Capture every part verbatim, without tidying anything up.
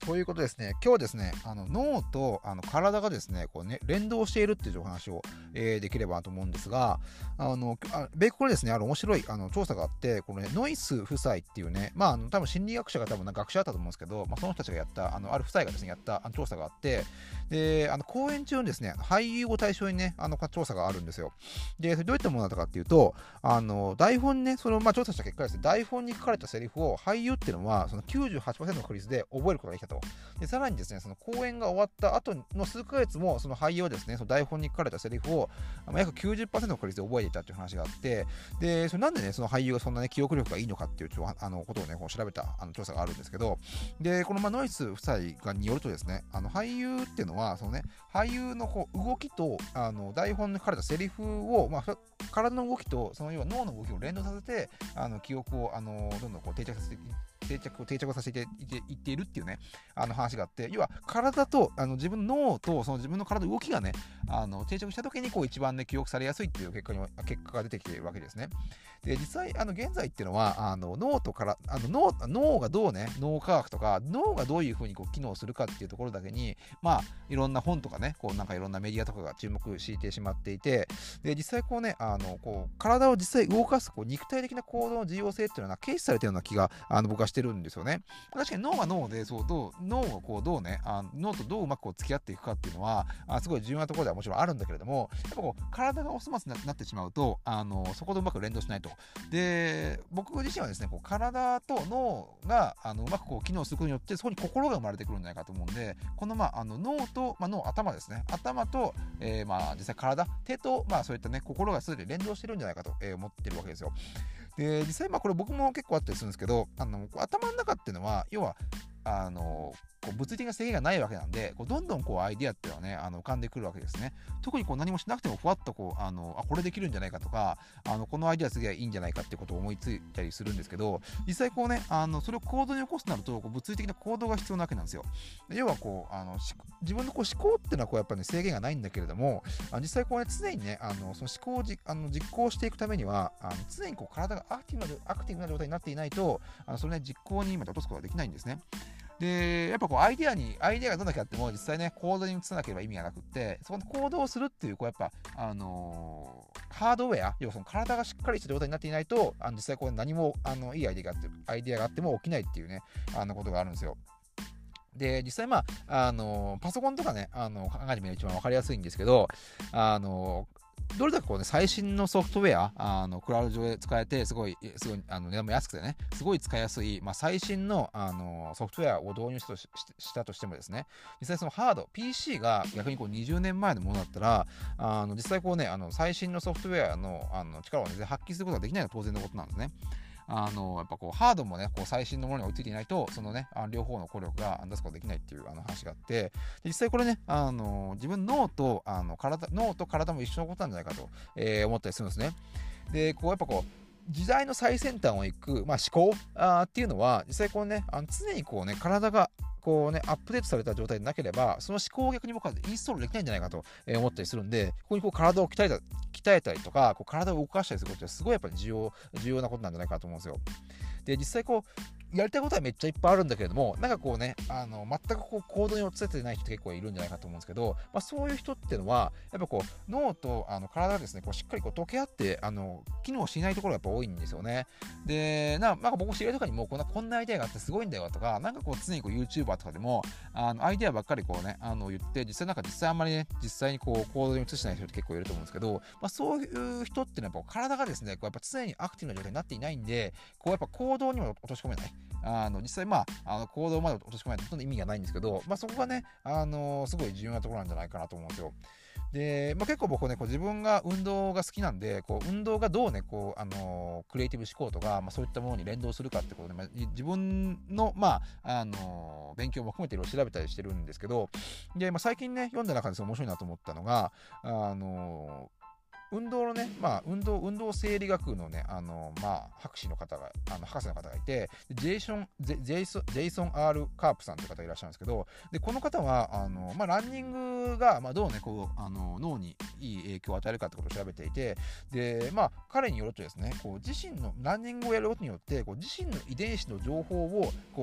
ということですね、今日はですね、あの脳とあの体がですね、こうね、連動しているっていうお話を、えーできればなと思うんですが、あの、あ米国でですね、ある面白いあの調査があって、このね、ノイス夫妻っていうね、まあ、あの多分心理学者が多分なんか学者だったと思うんですけど、まあ、その人たちがやった、あの、ある夫妻がですね、やったあの調査があって、で、あの、講演中にですね、俳優を対象にね、あの、調査があるんですよ。で、それどういったものだったかっていうと、あの、台本にね、その、まあ、調査した結果ですね、台本に書かれたセリフを俳優っていうのは、そのきゅうじゅうはちパーセントの確率で覚えることができたと。で、さらにですね、その公演が終わった後の数ヶ月も、その俳優はですね、その台本に書かれたセリフを、まあ、約きゅうじゅっパーセントの確率で覚えていたっていう話があって、で、それなんでね、その俳優がそんなね、記憶力がいいのかっていうちょあのことをね、こう調べたあの調査があるんですけど、で、このまあノイス夫妻がによるとですね、あの俳優っていうのは、そのね、俳優のこう動きとあの台本に書かれたセリフを、まあ、体の動きとその要は脳の動きを連動させて、あの記憶をあのどんどんこう定着させて定着を定着させていっていっているっていうね、あの話があって、要は体とあの自分の脳とその自分の体の動きがね、あの定着した時にこう一番ね記憶されやすいっていう結果に結果が出てきているわけですね。で、実際あの現在っていうのはあの脳とからあの脳脳がどうね、脳科学とか脳がどういう風にこう機能するかっていうところだけに、まあいろんな本とかね、こうなんかいろんなメディアとかが注目してしまっていて、で実際こうね、あのこう体を実際動かすこう肉体的な行動の重要性っていうのは軽視されているような気があの僕はしてるんですよね。確かに脳は脳で、そうどう脳をこうどうね、あ脳とどううまくこう付き合っていくかっていうのはあすごい重要なところではもちろんあるんだけれども、やっぱこう体がお粗末になってしまうと、あのそこでうまく連動しないと。で、僕自身はですね、こう体と脳があのうまくこう機能することによって、そこに心が生まれてくるんじゃないかと思うんで、このまああの脳と、まあ、脳頭ですね、頭と、えー、まあ実際体、手と、まあそういったね心がすでに連動してるんじゃないかと、えー、思ってるわけですよ。で、実際まあこれ僕も結構あったりするんですけど、あの頭の中っていうのは要はあのこう物理的な制限がないわけなんで、こうどんどんこうアイディアっていうのはね、あの浮かんでくるわけですね。特にこう何もしなくてもふわっとこうあのあこれできるんじゃないかとか、あのこのアイディアすげえいいんじゃないかっていうことを思いついたりするんですけど、実際こうね、あのそれを行動に起こすとなるとこう物理的な行動が必要なわけなんですよ。要はこうあの自分のこう思考っていうのはこうやっぱり、ね、制限がないんだけれども、あ実際こうね常にねあのその思考をじあの実行していくためには、あの常にこう体がアクティブなアクティブな状態になっていないと、あのそれね実行にまで落とすことができないんですね。で、やっぱこうアイデアに、アイデアがどんだけあっても実際ね、行動に移さなければ意味がなくって、その行動をするっていう、こうやっぱ、あのーハードウェア、要はその体がしっかりした状態になっていないと、あの実際こう何もあのいいアイデアがあって、アイデアがあっても起きないっていうね、あのことがあるんですよ。で、実際まあ、あのパソコンとかね、あの考えてみると一番わかりやすいんですけど、あのどれだけこうね、最新のソフトウェア、あのクラウド上で使えて、すごい、すごい、あの値段も安くてね、すごい使いやすい、まあ、最新の、あのソフトウェアを導入したとししたとしてもですね、実際そのハード、ピーシー が逆にこうにじゅうねんまえのものだったら、あの実際こうね、あの最新のソフトウェアのあの力を、ね、発揮することができないのは当然のことなんですね。あのやっぱこうハードもねこう最新のものに追いついていないとそのねあ両方の効力が出すことができないっていうあの話があって、実際これねあの自分脳とあの体脳と体も一緒のことなんじゃないかと、えー思ったりするんですね。でこうやっぱこう時代の最先端を行く、まあ、思考あっていうのは実際こうねあの常にこうね体がこうねアップデートされた状態でなければその思考を逆に僕はインストールできないんじゃないかと思ったりするんで、ここにこう体を鍛えた鍛えたりとかこう体を動かしたりすることってすごいやっぱり重要重要なことなんじゃないかと思うんですよ。で実際こうやりたいことはめっちゃいっぱいあるんだけれども、なんかこうね、あの全くこう行動に移せてない人って結構いるんじゃないかと思うんですけど、まあ、そういう人っていうのは、やっぱこう脳とあの体がですね、こうしっかりこう溶け合ってあの機能しないところがやっぱ多いんですよね。で、ななんか僕知り合いとかにもこんなこんなアイデアがあってすごいんだよとか、なんかこう常にこう YouTuber とかでもあのアイデアばっかりこうねあの言って実際なんか実際あんまりね実際にこう行動に移してない人って結構いると思うんですけど、まあ、そういう人っていうのはやっぱ体がですね、こうやっぱ常にアクティブな状態になっていないんで、こうやっぱ行動にも落とし込めない。あの実際まああの行動まで落とし込めないとほとんど意味がないんですけど、まあ、そこがね、あのーすごい重要なところなんじゃないかなと思うんですよ。で、まあ、結構僕ねこう自分が運動が好きなんで、こう運動がどうねこう、あのークリエイティブ思考とか、まあ、そういったものに連動するかってことで、まあ、自分の、まああのー勉強も含めていろいろ調べたりしてるんですけど、で、まあ、最近ね読んだ中ですごい面白いなと思ったのが、あのー運動のね、まあ、運動、運動生理学のね、あの、まあ、博士の方が、あの、博士の方がいて、ジェイソン、ジェジェイソン、ジェイソン・ R・ カープさんという方がいらっしゃるんですけど、で、この方は、あの、まあ、ランニングが、まあ、どうね、こう、あの、脳にいい影響を与えるかってことを調べていて、で、まあ、彼によるとですね、こう、自身の、ランニングをやることによって、こう、自身の遺伝子の情報を、こう、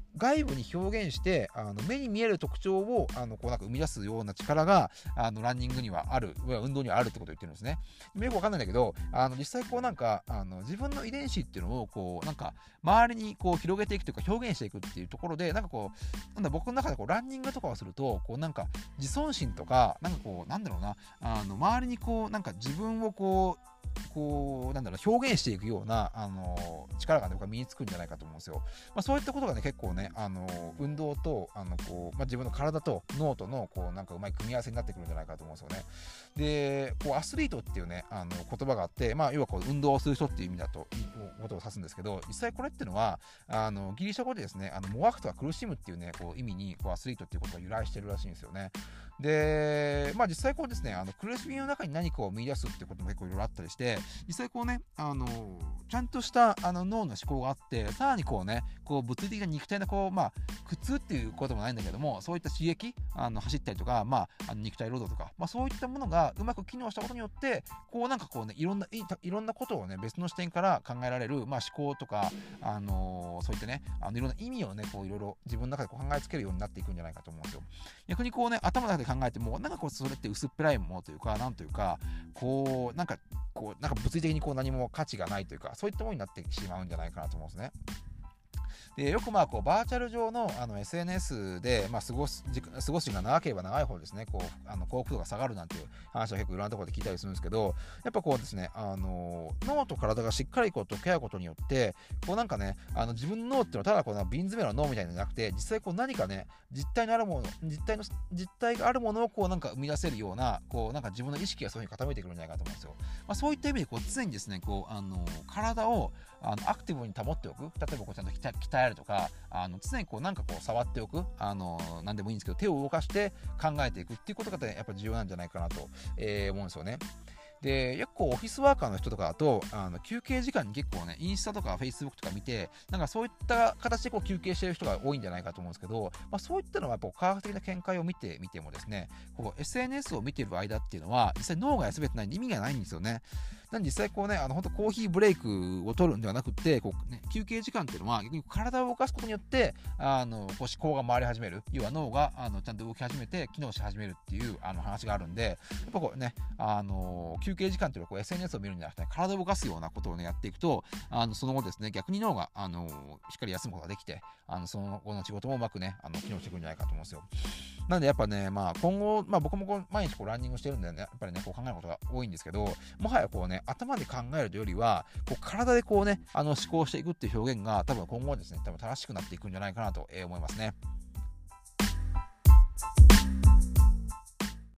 外部に表現して、あの目に見える特徴をあのこうなんか生み出すような力があのランニングにはある、運動にはあるってことを言ってるんですね。よくわかんないんだけど、あの実際こうなんかあの自分の遺伝子っていうのをこうなんか周りにこう広げていくというか表現していくっていうところで、なんかこうなんだ僕の中でこうランニングとかをするとこうなんか自尊心とかなんかこうなんだろうな、あの周りにこうなんか自分をこうこうなんだろう表現していくようなあの力が、ね、僕は身につくんじゃないかと思うんですよ。まあ、そういったことがね結構ねあの運動とあのこう、まあ、自分の体と脳とのこうなんかうまい組み合わせになってくるんじゃないかと思うんですよね。でこうアスリートっていうねあの言葉があって、まあ、要はこう運動をする人っていう意味だとことを指すんですけど、実際これっていうのはあのギリシャ語でですねあのもがくとか苦しむっていうねこう意味にこうアスリートっていうことが由来してるらしいんですよね。でまあ実際こうですねあの苦しみの中に何かを見出すっていうことも結構いろいろあったりして、実際こうねあのちゃんとしたあの脳の思考があって、さらにこうねこう物理的な肉体のこうまあ苦痛っていうこともないんだけども、そういった刺激あの走ったりとか、まあ、あの肉体労働とか、まあ、そういったものがうまく機能したことによってこうなんかこうねいろんないいろんなことをね別の視点から考えられる、まあ、思考とか、あのー、そういったねあのいろんな意味をねこういろいろ自分の中でこう考えつけるようになっていくんじゃないかと思うんですよ。逆にこうね頭の中で考えてもなんかこうそれって薄っぺらいものというかなんというかこうなんかこうなんか物理的にこう何も価値がないというかそういったものになってしまうんじゃないかなと思うんですね。でよくまあこうバーチャル上の、あの エスエヌエス で、まあ、過ごす時間過ごす時間が長ければ長いほどですねこうあの幸福度が下がるなんていう話は結構いろんなところで聞いたりするんですけど、やっぱこうですねあの脳と体がしっかりこう溶け合うことによってこうなんかねあの自分の脳っていうのはただこう瓶詰めの脳みたいなのじゃなくて、実際こう何かね実体のあるもの実体の実体があるものをこうなんか生み出せるようなこうなんか自分の意識がそういうふうに傾いてくるんじゃないかと思うんですよ。まあ、そういった意味でこう常にですねこうあの体をあのアクティブに保っておく、例えばこうちゃんと鍛えるとか、あの常にこうなんかこう触っておく、あの何でもいいんですけど手を動かして考えていくっていうことがやっぱ重要なんじゃないかなと、えー、思うんですよね。で、結構オフィスワーカーの人とかだと、あの休憩時間に結構ね、インスタとかフェイスブックとか見て、なんかそういった形でこう休憩してる人が多いんじゃないかと思うんですけど、まあ、そういったのはやっぱ科学的な見解を見てみてもですね、こう エスエヌエス を見ている間っていうのは、実際脳が休めてない意味がないんですよね。なんで実際こうね、あの本当コーヒーブレイクを取るんではなくて、こうね、休憩時間っていうのは逆に体を動かすことによって、あのこう思考が回り始める、要は脳があのちゃんと動き始めて機能し始めるっていうあの話があるんで、やっぱこうね、あの休憩時間っていうのはこう エスエヌエス を見るんじゃなくて、体を動かすようなことをねやっていくと、あのその後ですね、逆に脳があのしっかり休むことができて、あのその後の仕事もうまくね、あの機能してくるんじゃないかと思うんですよ。なんでやっぱね、まあ今後、まあ僕もこう毎日こうランニングしてるんでね、やっぱりね、こう考えることが多いんですけど、もはやこうね、頭で考えるというよりは、こう体でこうね、あの思考していくっていう表現が多分今後はですね、多分正しくなっていくんじゃないかなと思いますね。